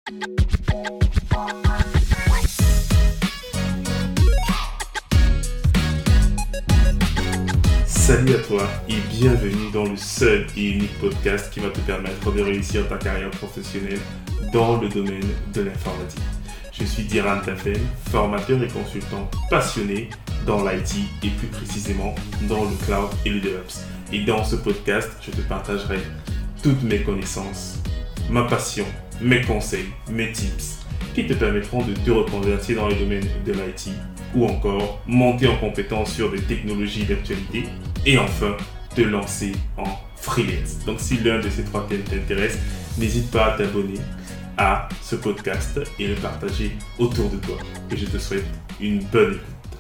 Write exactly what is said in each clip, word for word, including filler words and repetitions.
Salut à toi et bienvenue dans le seul et unique podcast qui va te permettre de réussir ta carrière professionnelle dans le domaine de l'informatique. Je suis Diran Tafel, formateur et consultant passionné dans l'I T et plus précisément dans le cloud et le DevOps. Et dans ce podcast, je te partagerai toutes mes connaissances, ma passion, mes conseils, mes tips qui te permettront de te reconvertir dans le domaine de l'I T ou encore monter en compétence sur des technologies d'actualité et enfin te lancer en freelance. Donc si l'un de ces trois thèmes t'intéresse, n'hésite pas à t'abonner à ce podcast et le partager autour de toi. Et je te souhaite une bonne écoute.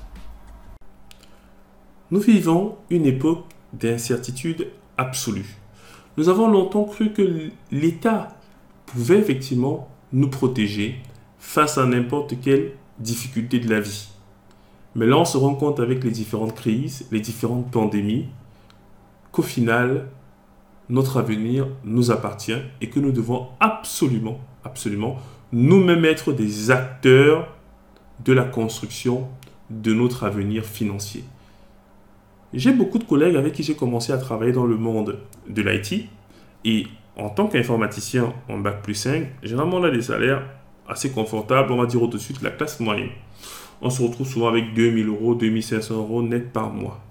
Nous vivons une époque d'incertitude absolue. Nous avons longtemps cru que l'État pouvait effectivement nous protéger face à n'importe quelle difficulté de la vie. Mais là, on se rend compte avec les différentes crises, les différentes pandémies, qu'au final, notre avenir nous appartient et que nous devons absolument, absolument, nous-mêmes être des acteurs de la construction de notre avenir financier. J'ai beaucoup de collègues avec qui j'ai commencé à travailler dans le monde de l'I T et en tant qu'informaticien en bac plus cinq, généralement on a des salaires assez confortables, on va dire au-dessus de la classe moyenne. On se retrouve souvent avec deux mille euros, deux mille cinq cents euros net par mois.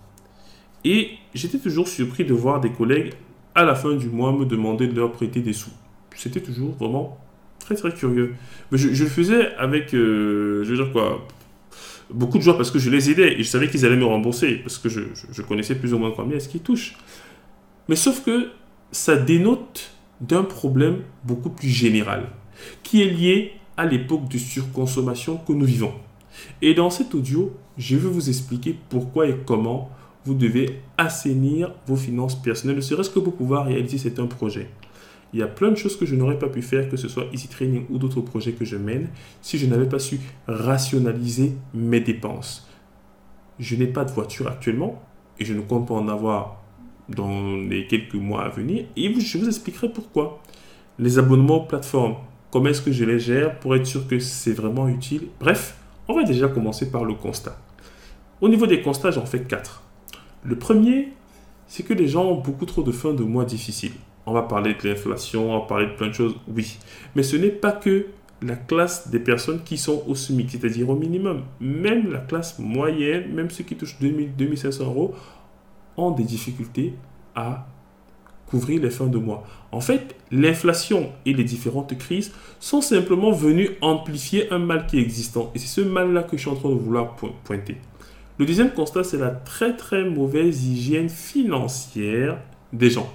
Et j'étais toujours surpris de voir des collègues à la fin du mois me demander de leur prêter des sous. C'était toujours vraiment très très curieux. Mais je, je le faisais avec, euh, je veux dire quoi, beaucoup de joie parce que je les aidais et je savais qu'ils allaient me rembourser parce que je, je, je connaissais plus ou moins combien est-ce qu'ils touchent. Mais sauf que ça dénote d'un problème beaucoup plus général qui est lié à l'époque de surconsommation que nous vivons. Et dans cet audio, je vais vous expliquer pourquoi et comment vous devez assainir vos finances personnelles, ne serait-ce que pour pouvoir réaliser certains projets. Il y a plein de choses que je n'aurais pas pu faire, que ce soit Easy Training ou d'autres projets que je mène, si je n'avais pas su rationaliser mes dépenses. Je n'ai pas de voiture actuellement et je ne compte pas en avoir dans les quelques mois à venir et je vous expliquerai pourquoi. Les abonnements aux plateformes, comment est-ce que je les gère pour être sûr que c'est vraiment utile. Bref, on va déjà commencer par le constat. Au niveau des constats, j'en fais quatre. Le premier, c'est que les gens ont beaucoup trop de fins de mois difficiles. On va parler de l'inflation, on va parler de plein de choses, oui. Mais ce n'est pas que la classe des personnes qui sont au SMIC, c'est-à-dire au minimum. Même la classe moyenne, même ceux qui touchent deux mille, deux mille cinq cents euros, ont des difficultés à couvrir les fins de mois. En fait, l'inflation et les différentes crises sont simplement venues amplifier un mal qui est existant. Et c'est ce mal-là que je suis en train de vouloir pointer. Le deuxième constat, c'est la très très mauvaise hygiène financière des gens.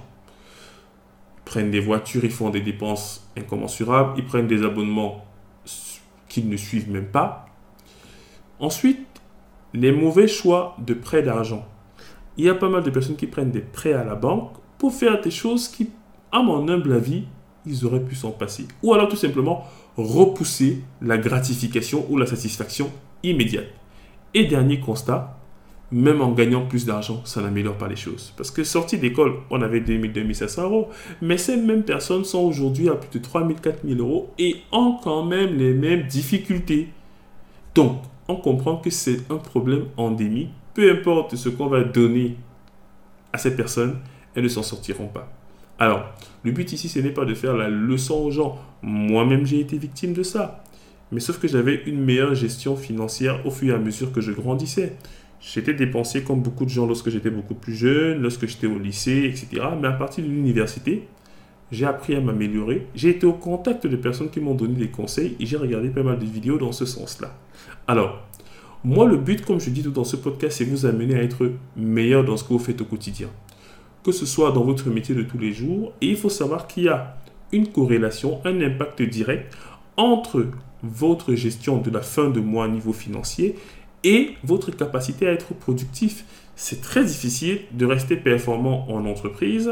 Ils prennent des voitures, ils font des dépenses incommensurables, ils prennent des abonnements qu'ils ne suivent même pas. Ensuite, les mauvais choix de prêts d'argent. Il y a pas mal de personnes qui prennent des prêts à la banque pour faire des choses qui, à mon humble avis, ils auraient pu s'en passer. Ou alors tout simplement repousser la gratification ou la satisfaction immédiate. Et dernier constat, même en gagnant plus d'argent, ça n'améliore pas les choses. Parce que sorti d'école, on avait deux mille, deux mille cinq cents euros, mais ces mêmes personnes sont aujourd'hui à plus de trois mille, quatre mille euros et ont quand même les mêmes difficultés. Donc, on comprend que c'est un problème endémique. Peu importe ce qu'on va donner à ces personnes, elles ne s'en sortiront pas. Alors, le but ici, ce n'est pas de faire la leçon aux gens. Moi-même, j'ai été victime de ça. Mais sauf que j'avais une meilleure gestion financière au fur et à mesure que je grandissais. J'étais dépensé comme beaucoup de gens lorsque j'étais beaucoup plus jeune, lorsque j'étais au lycée, et cetera. Mais à partir de l'université, j'ai appris à m'améliorer. J'ai été au contact de personnes qui m'ont donné des conseils et j'ai regardé pas mal de vidéos dans ce sens-là. Alors, moi, le but, comme je dis tout dans ce podcast, c'est vous amener à être meilleur dans ce que vous faites au quotidien. Que ce soit dans votre métier de tous les jours. Et il faut savoir qu'il y a une corrélation, un impact direct entre votre gestion de la fin de mois à niveau financier et votre capacité à être productif. C'est très difficile de rester performant en entreprise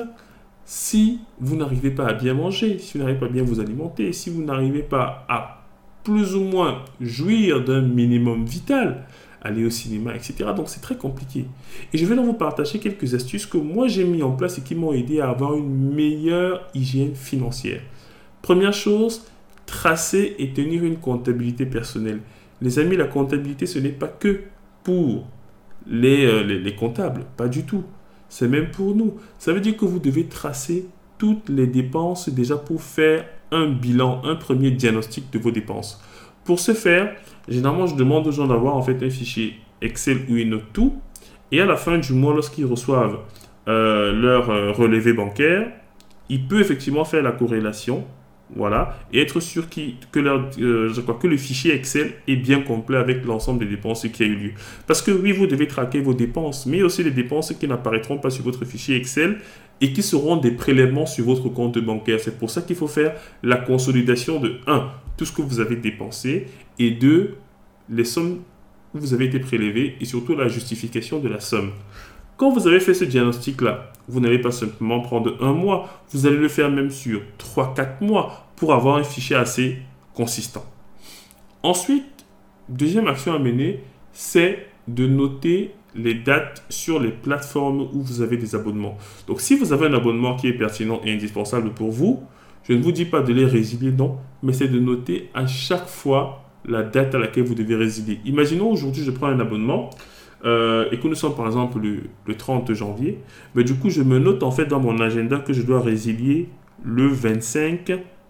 si vous n'arrivez pas à bien manger, si vous n'arrivez pas à bien vous alimenter, si vous n'arrivez pas à plus ou moins jouir d'un minimum vital, aller au cinéma, et cetera. Donc, c'est très compliqué. Et je vais donc vous partager quelques astuces que moi, j'ai mis en place et qui m'ont aidé à avoir une meilleure hygiène financière. Première chose, tracer et tenir une comptabilité personnelle. Les amis, la comptabilité, ce n'est pas que pour les, euh, les, les comptables, pas du tout. C'est même pour nous. Ça veut dire que vous devez tracer toutes les dépenses déjà pour faire un bilan, un premier diagnostic de vos dépenses. Pour ce faire, généralement, je demande aux gens d'avoir en fait un fichier Excel ou une note tout. Et à la fin du mois, lorsqu'ils reçoivent euh, leur euh, relevé bancaire, ils peuvent effectivement faire la corrélation. Voilà, et être sûr qui, que, leur, euh, je crois, que le fichier Excel est bien complet avec l'ensemble des dépenses qui a eu lieu. Parce que oui, vous devez traquer vos dépenses, mais aussi les dépenses qui n'apparaîtront pas sur votre fichier Excel et qui seront des prélèvements sur votre compte bancaire. C'est pour ça qu'il faut faire la consolidation de un, tout ce que vous avez dépensé, et deux, les sommes où vous avez été prélevé et surtout la justification de la somme. Quand vous avez fait ce diagnostic-là, vous n'allez pas simplement prendre un mois, vous allez le faire même sur trois à quatre mois pour avoir un fichier assez consistant. Ensuite, deuxième action à mener, c'est de noter les dates sur les plateformes où vous avez des abonnements. Donc, si vous avez un abonnement qui est pertinent et indispensable pour vous, je ne vous dis pas de les résilier, non, mais c'est de noter à chaque fois la date à laquelle vous devez résilier. Imaginons aujourd'hui, je prends un abonnement euh, et que nous sommes par exemple le, le trente janvier. Mais du coup, je me note en fait dans mon agenda que je dois résilier le vingt-cinq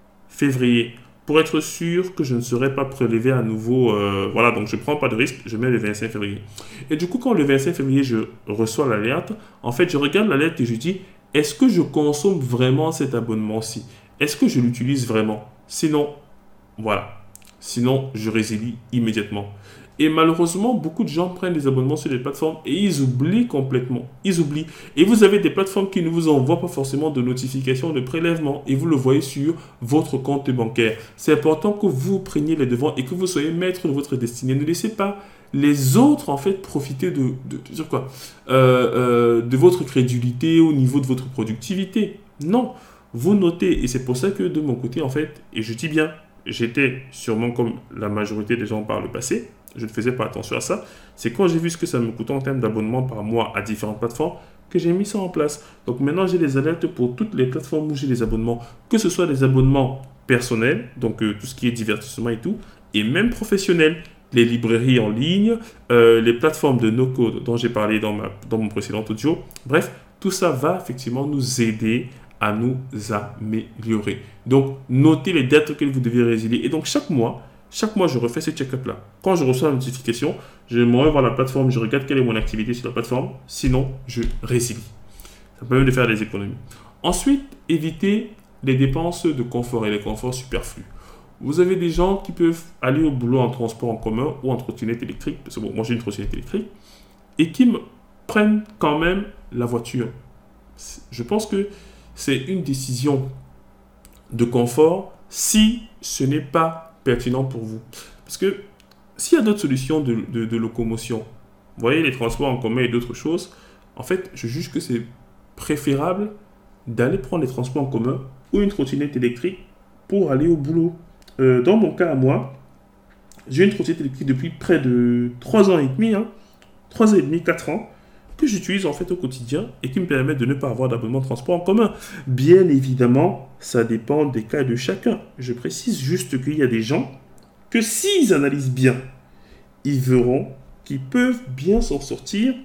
février pour être sûr que je ne serai pas prélevé à nouveau. Euh, voilà, donc je ne prends pas de risque, je mets le vingt-cinq février. Et du coup, quand le vingt-cinq février, je reçois l'alerte, en fait, je regarde l'alerte et je dis, est-ce que je consomme vraiment cet abonnement-ci? Est-ce que je l'utilise vraiment? Sinon, voilà. Sinon, je résilie immédiatement. Et malheureusement, beaucoup de gens prennent des abonnements sur des plateformes et ils oublient complètement. Ils oublient. Et vous avez des plateformes qui ne vous envoient pas forcément de notifications de prélèvement et vous le voyez sur votre compte bancaire. C'est important que vous preniez les devants et que vous soyez maître de votre destinée. Ne laissez pas les autres en fait profiter de, de, de, de quoi euh, euh, de votre crédulité au niveau de votre productivité. Non, vous notez. Et c'est pour ça que de mon côté, en fait, et je dis bien, j'étais sûrement comme la majorité des gens par le passé, je ne faisais pas attention à ça. C'est quand j'ai vu ce que ça me coûtait en termes d'abonnement par mois à différentes plateformes que j'ai mis ça en place. Donc maintenant, j'ai des alertes pour toutes les plateformes où j'ai des abonnements, que ce soit des abonnements personnels, donc euh, tout ce qui est divertissement et tout, et même professionnels, les librairies en ligne, euh, les plateformes de no-code dont j'ai parlé dans, ma, dans mon précédent audio. Bref, tout ça va effectivement nous aider à nous améliorer. Donc, notez les dates auxquelles vous devez résilier. Et donc, chaque mois, Chaque mois, je refais ce check-up-là. Quand je reçois une notification, je me rends vers la plateforme, je regarde quelle est mon activité sur la plateforme. Sinon, je résilie. Ça permet de faire des économies. Ensuite, évitez les dépenses de confort et les conforts superflus. Vous avez des gens qui peuvent aller au boulot en transport en commun ou en trottinette électrique, parce que bon, moi j'ai une trottinette électrique, et qui me prennent quand même la voiture. Je pense que c'est une décision de confort si ce n'est pas pertinent pour vous. Parce que s'il y a d'autres solutions de, de, de locomotion, vous voyez, les transports en commun et d'autres choses, en fait, je juge que c'est préférable d'aller prendre les transports en commun ou une trottinette électrique pour aller au boulot. Euh, dans mon cas à moi, j'ai une trottinette électrique depuis près de trois ans et demi, hein, trois ans et demi, quatre ans, que j'utilise en fait au quotidien et qui me permet de ne pas avoir d'abonnement de transport en commun. Bien évidemment, ça dépend des cas de chacun. Je précise juste qu'il y a des gens que s'ils analysent bien, ils verront qu'ils peuvent bien s'en sortir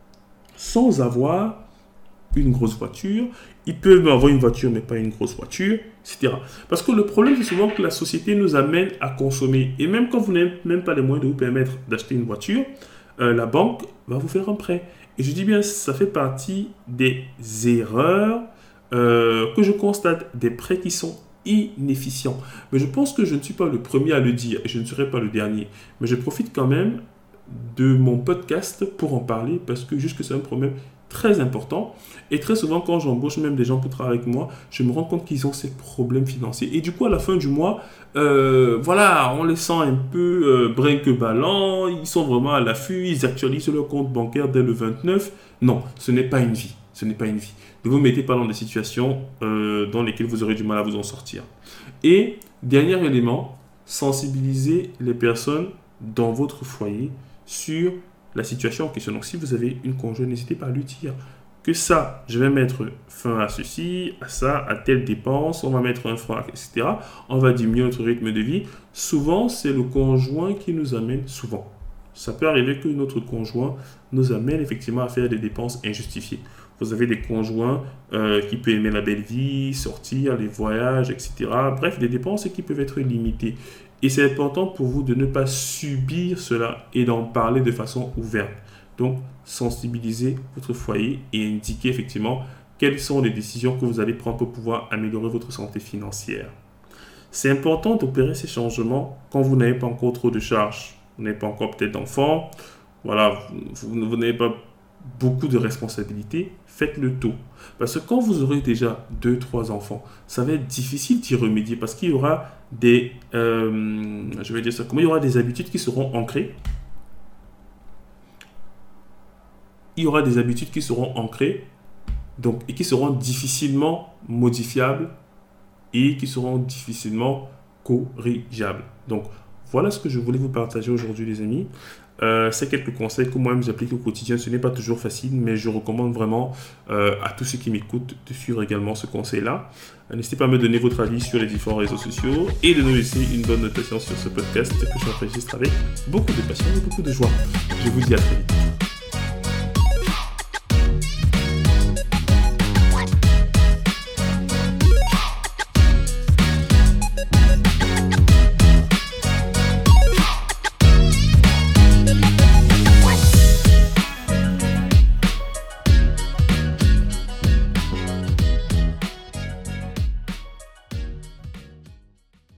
sans avoir une grosse voiture. Ils peuvent avoir une voiture mais pas une grosse voiture, et cetera. Parce que le problème, c'est souvent que la société nous amène à consommer. Et même quand vous n'avez même pas les moyens de vous permettre d'acheter une voiture, euh, la banque va vous faire un prêt. Et je dis bien, ça fait partie des erreurs euh, que je constate, des prêts qui sont inefficients. Mais je pense que je ne suis pas le premier à le dire et je ne serai pas le dernier. Mais je profite quand même de mon podcast pour en parler parce que juste que c'est un problème très important. Et très souvent, quand j'embauche même des gens pour travailler avec moi, je me rends compte qu'ils ont ces problèmes financiers. Et du coup, à la fin du mois, euh, voilà, on les sent un peu euh, brinque-ballant, ils sont vraiment à l'affût, ils actualisent leur compte bancaire dès le vingt-neuf. Non, ce n'est pas une vie. Ce n'est pas une vie. Ne vous mettez pas dans des situations euh, dans lesquelles vous aurez du mal à vous en sortir. Et dernier élément, sensibiliser les personnes dans votre foyer sur la situation en question. Donc, si vous avez une conjointe, n'hésitez pas à lui dire. que ça, je vais mettre fin à ceci, à ça, à telle dépense, on va mettre un frein, et cetera. On va diminuer notre rythme de vie. Souvent, c'est le conjoint qui nous amène, souvent. Ça peut arriver que notre conjoint nous amène effectivement à faire des dépenses injustifiées. Vous avez des conjoints euh, qui peuvent aimer la belle vie, sortir, les voyages, et cetera. Bref, des dépenses qui peuvent être limitées. Et c'est important pour vous de ne pas subir cela et d'en parler de façon ouverte. Donc, sensibiliser votre foyer et indiquer effectivement quelles sont les décisions que vous allez prendre pour pouvoir améliorer votre santé financière. C'est important d'opérer ces changements quand vous n'avez pas encore trop de charges. Vous n'avez pas encore peut-être d'enfants. Voilà, vous, vous, vous n'avez pas beaucoup de responsabilités. Faites-le tôt. Parce que quand vous aurez déjà deux, trois enfants, ça va être difficile d'y remédier parce qu'il y aura des, euh, je vais dire ça, comment il y aura des habitudes qui seront ancrées. Il y aura des habitudes qui seront ancrées donc, et qui seront difficilement modifiables et qui seront difficilement corrigeables. Donc, voilà ce que je voulais vous partager aujourd'hui, les amis. Euh, c'est quelques conseils que moi-même j'applique au quotidien. Ce n'est pas toujours facile, mais je recommande vraiment euh, à tous ceux qui m'écoutent de suivre également ce conseil-là. Euh, n'hésitez pas à me donner votre avis sur les différents réseaux sociaux et de nous laisser une bonne notation sur ce podcast que j'enregistre avec beaucoup de passion et beaucoup de joie. Je vous dis à très vite.